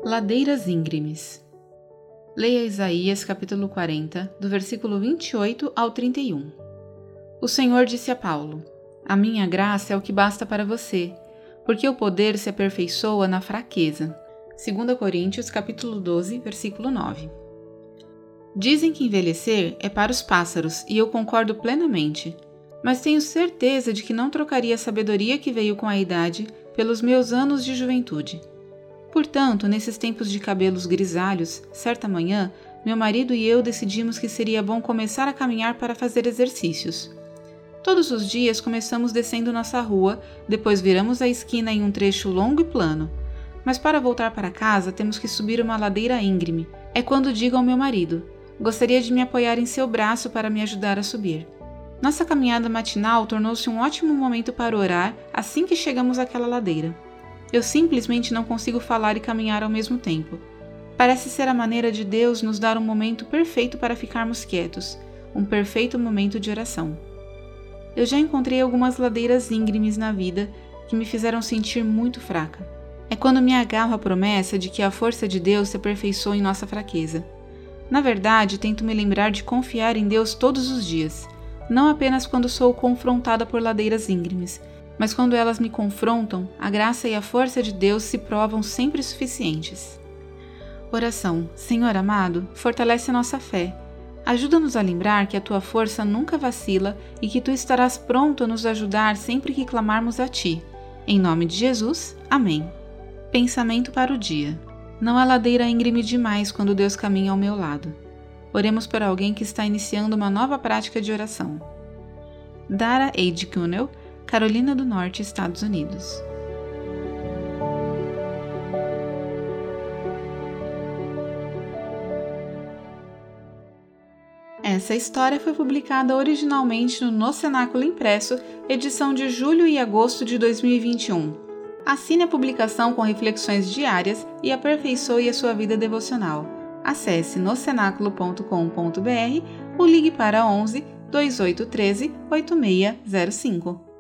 Ladeiras íngremes. Leia Isaías capítulo 40, do versículo 28 ao 31. O Senhor disse a Paulo: A minha graça é o que basta para você, porque o poder se aperfeiçoa na fraqueza. 2 Coríntios capítulo 12, versículo 9. Dizem que envelhecer é para os pássaros, e eu concordo plenamente, mas tenho certeza de que não trocaria a sabedoria que veio com a idade pelos meus anos de juventude. Portanto, nesses tempos de cabelos grisalhos, certa manhã, meu marido e eu decidimos que seria bom começar a caminhar para fazer exercícios. Todos os dias começamos descendo nossa rua, depois viramos a esquina em um trecho longo e plano. Mas para voltar para casa temos que subir uma ladeira íngreme. É quando digo ao meu marido: gostaria de me apoiar em seu braço para me ajudar a subir. Nossa caminhada matinal tornou-se um ótimo momento para orar assim que chegamos àquela ladeira. Eu simplesmente não consigo falar e caminhar ao mesmo tempo. Parece ser a maneira de Deus nos dar um momento perfeito para ficarmos quietos, um perfeito momento de oração. Eu já encontrei algumas ladeiras íngremes na vida que me fizeram sentir muito fraca. É quando me agarro à promessa de que a força de Deus se aperfeiçoa em nossa fraqueza. Na verdade, tento me lembrar de confiar em Deus todos os dias, não apenas quando sou confrontada por ladeiras íngremes, mas quando elas me confrontam, a graça e a força de Deus se provam sempre suficientes. Oração. Senhor amado, fortalece a nossa fé. Ajuda-nos a lembrar que a Tua força nunca vacila e que Tu estarás pronto a nos ajudar sempre que clamarmos a Ti. Em nome de Jesus, amém. Pensamento para o dia. Não há ladeira íngreme demais quando Deus caminha ao meu lado. Oremos por alguém que está iniciando uma nova prática de oração. Dara Eide Kuhnel, Carolina do Norte, Estados Unidos. Essa história foi publicada originalmente no Cenáculo Impresso, edição de julho e agosto de 2021. Assine a publicação com reflexões diárias e aperfeiçoe a sua vida devocional. Acesse nocenaculo.com.br ou ligue para 11 2813 8605.